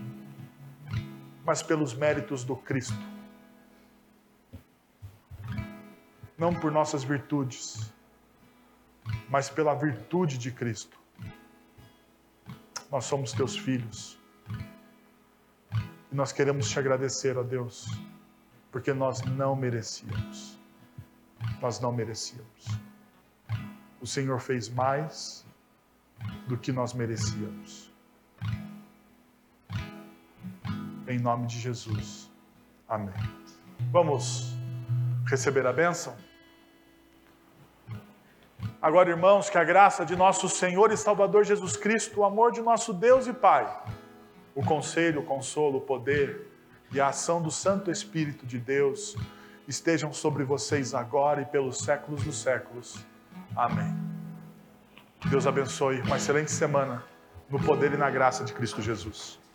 mas pelos méritos do Cristo. Não por nossas virtudes, mas pela virtude de Cristo. Nós somos teus filhos. E nós queremos te agradecer, ó Deus, porque nós não merecíamos. Nós não merecíamos. O Senhor fez mais do que nós merecíamos. Em nome de Jesus. Amém. Vamos receber a bênção? Agora, irmãos, que a graça de nosso Senhor e Salvador Jesus Cristo, o amor de nosso Deus e Pai, o conselho, o consolo, o poder e a ação do Santo Espírito de Deus estejam sobre vocês agora e pelos séculos dos séculos. Amém. Deus abençoe. Uma excelente semana no poder e na graça de Cristo Jesus.